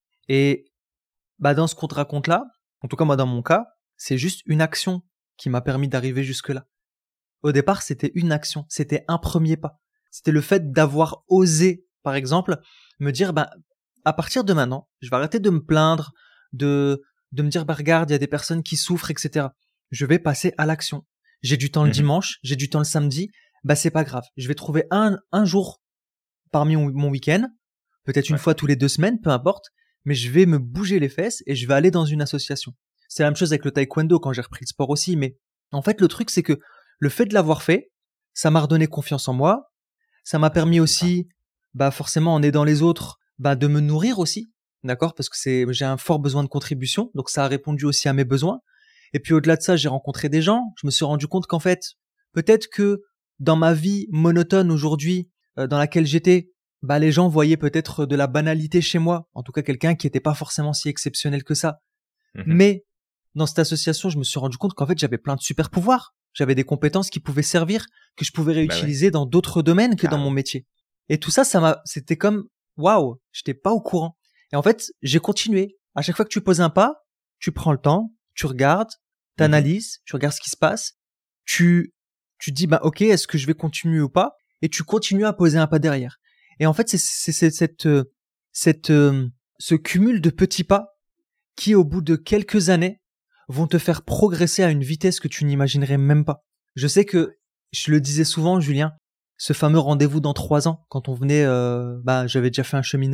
Et bah dans ce qu'on te raconte là, en tout cas moi dans mon cas, c'est juste une action qui m'a permis d'arriver jusque là. Au départ, c'était une action, c'était un premier pas. C'était le fait d'avoir osé, par exemple, me dire bah à partir de maintenant, je vais arrêter de me plaindre, de de me dire bah regarde, il y a des personnes qui souffrent, et cetera. Je vais passer à l'action. J'ai du temps le Mhm. dimanche, j'ai du temps le samedi, bah c'est pas grave. Je vais trouver un un jour parmi mon, mon week-end, peut-être une Ouais. fois tous les deux semaines, peu importe, mais je vais me bouger les fesses et je vais aller dans une association. C'est la même chose avec le taekwondo quand j'ai repris le sport aussi, mais en fait le truc c'est que le fait de l'avoir fait, ça m'a redonné confiance en moi, ça m'a Ah, ça permis m'étonne pas. aussi, bah forcément en aidant les autres, bah de me nourrir aussi, d'accord, parce que c'est j'ai un fort besoin de contribution, donc ça a répondu aussi à mes besoins. Et puis au-delà de ça, j'ai rencontré des gens, je me suis rendu compte qu'en fait, peut-être que dans ma vie monotone aujourd'hui, euh, dans laquelle j'étais, bah les gens voyaient peut-être de la banalité chez moi, en tout cas quelqu'un qui n'était pas forcément si exceptionnel que ça. Mhm. Mais dans cette association, je me suis rendu compte qu'en fait j'avais plein de super pouvoirs, j'avais des compétences qui pouvaient servir, que je pouvais Bah ouais, réutiliser dans d'autres domaines que dans mon carrément. métier. Et tout ça, ça m'a, c'était comme waouh, j'étais pas au courant. Et en fait, j'ai continué. À chaque fois que tu poses un pas, tu prends le temps, tu regardes, Mhm. t'analyses, tu regardes ce qui se passe, tu tu dis bah ok, est-ce que je vais continuer ou pas, et tu continues à poser un pas derrière. Et en fait, c'est c'est c'est cette euh, cette euh, ce cumul de petits pas qui, au bout de quelques années, vont te faire progresser à une vitesse que tu n'imaginerais même pas. Je sais que je le disais souvent, Julien, ce fameux rendez-vous dans trois ans, quand on venait, euh, bah j'avais déjà fait un cheminement.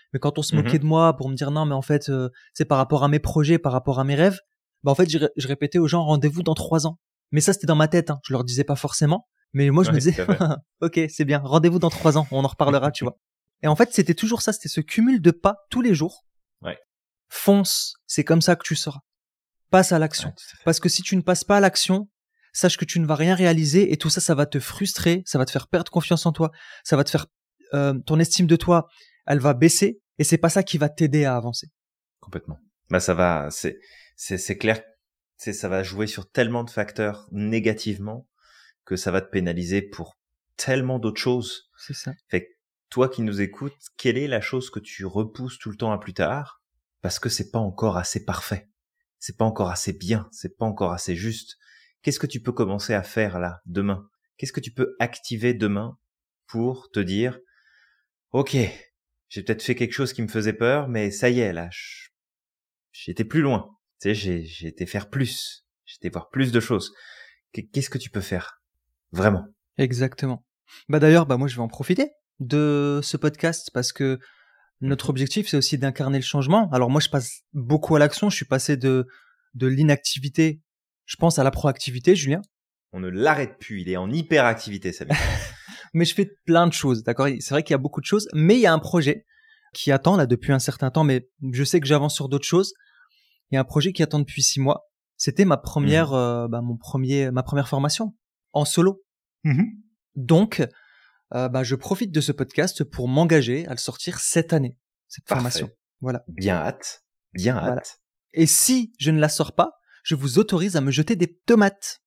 Mais quand on se Mhm. moquait de moi pour me dire non, mais en fait, euh, c'est par rapport à mes projets, par rapport à mes rêves, bah en fait, je, ré- je répétais aux gens rendez-vous dans trois ans. Mais ça, c'était dans ma tête. Hein. Je leur disais pas forcément. Mais moi, je me Ouais, disais, tout à fait. ok, c'est bien, rendez-vous dans trois ans, on en reparlera, tu vois. Et en fait, c'était toujours ça, c'était ce cumul de pas tous les jours. Ouais. Fonce, c'est comme ça que tu sauras. Passe à l'action. Ouais, tout à fait. Parce que si tu ne passes pas à l'action, sache que tu ne vas rien réaliser et tout ça, ça va te frustrer, ça va te faire perdre confiance en toi, ça va te faire, euh, ton estime de toi, elle va baisser et c'est pas ça qui va t'aider à avancer. Complètement. Bah ça va, c'est c'est c'est clair, c'est ça va jouer sur tellement de facteurs négativement que ça va te pénaliser pour tellement d'autres choses. C'est ça. Fait que toi qui nous écoutes, quelle est la chose que tu repousses tout le temps à plus tard parce que c'est pas encore assez parfait, c'est pas encore assez bien, c'est pas encore assez juste. Qu'est-ce que tu peux commencer à faire là demain? Qu'est-ce que tu peux activer demain pour te dire OK, j'ai peut-être fait quelque chose qui me faisait peur, mais ça y est là, je- j'ai été plus loin. Tu sais, j'ai j'ai été faire plus, j'ai été voir plus de choses. Qu- Qu'est-ce que tu peux faire vraiment? Exactement. Bah d'ailleurs, bah moi je vais en profiter de ce podcast parce que notre Mhm. objectif c'est aussi d'incarner le changement. Alors moi je passe beaucoup à l'action, je suis passé de de l'inactivité, je pense à la proactivité, Julien. On ne l'arrête plus, il est en hyperactivité, Samir. Mais je fais plein de choses, d'accord? C'est vrai qu'il y a beaucoup de choses, mais il y a un projet qui attend là depuis un certain temps, mais je sais que j'avance sur d'autres choses. Il y a un projet qui attend depuis six mois. C'était ma première, Mhm. euh, bah, mon premier, ma première formation en solo. Mhm. Donc, euh, bah, je profite de ce podcast pour m'engager à le sortir cette année, cette formation. Parfait. Voilà, Bien hâte, bien voilà. hâte. Et si je ne la sors pas, je vous autorise à me jeter des tomates.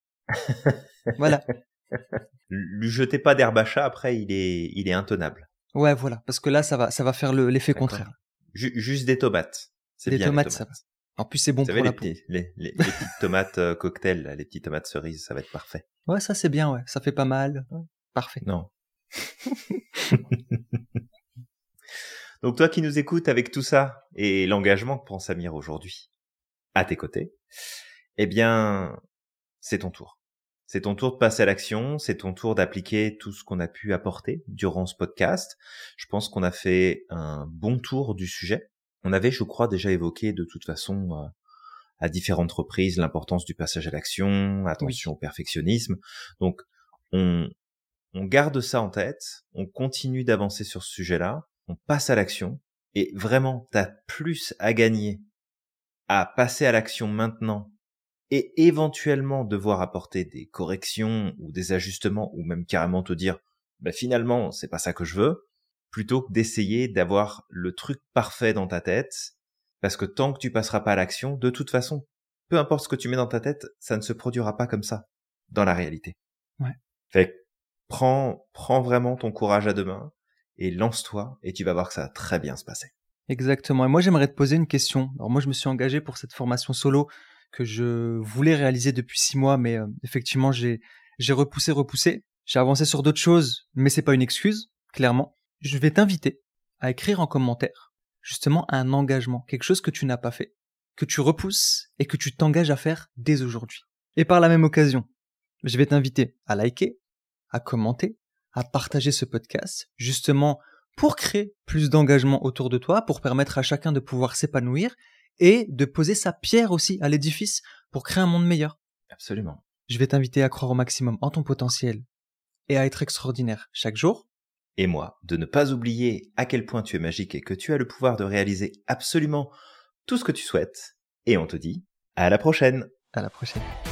Voilà. Lui jetez pas d'herbe à chat, après il est il est intenable. Ouais, voilà. Parce que là, ça va, ça va faire le- l'effet D'accord. contraire. Ju- juste des tomates. C'est Des bien tomates, les ça tomates. va. En plus, c'est bon Vous savez pour les la peau. petits les, les, les petites tomates euh, cocktail, là, les petites tomates cerises, ça va être parfait. Ouais, ça c'est bien, ouais. Ça fait pas mal. Ouais. Parfait. Non. Donc toi qui nous écoutes avec tout ça et l'engagement que prend Samir aujourd'hui à tes côtés, eh bien, c'est ton tour. C'est ton tour de passer à l'action, c'est ton tour d'appliquer tout ce qu'on a pu apporter durant ce podcast. Je pense qu'on a fait un bon tour du sujet. On avait, je crois, déjà évoqué de toute façon euh, à différentes reprises l'importance du passage à l'action, attention Oui. au perfectionnisme. Donc, on, on garde ça en tête, on continue d'avancer sur ce sujet-là, on passe à l'action, et vraiment, t'as plus à gagner à passer à l'action maintenant et éventuellement devoir apporter des corrections ou des ajustements ou même carrément te dire bah finalement c'est pas ça que je veux, plutôt que d'essayer d'avoir le truc parfait dans ta tête, parce que tant que tu passeras pas à l'action, de toute façon, peu importe ce que tu mets dans ta tête, ça ne se produira pas comme ça dans la réalité. Ouais. Fait que prends, prends vraiment ton courage à deux mains et lance-toi et tu vas voir que ça va très bien se passer. Exactement. Et moi, j'aimerais te poser une question. Alors moi, je me suis engagé pour cette formation solo que je voulais réaliser depuis six mois, mais euh, effectivement, j'ai j'ai repoussé, repoussé. J'ai avancé sur d'autres choses, mais c'est pas une excuse, clairement. Je vais t'inviter à écrire en commentaire justement un engagement, quelque chose que tu n'as pas fait, que tu repousses et que tu t'engages à faire dès aujourd'hui. Et par la même occasion, je vais t'inviter à liker, à commenter, à partager ce podcast, justement pour créer plus d'engagement autour de toi, pour permettre à chacun de pouvoir s'épanouir et de poser sa pierre aussi à l'édifice pour créer un monde meilleur. Absolument. Je vais t'inviter à croire au maximum en ton potentiel et à être extraordinaire chaque jour. Et moi, de ne pas oublier à quel point tu es magique et que tu as le pouvoir de réaliser absolument tout ce que tu souhaites. Et on te dit à la prochaine. À la prochaine.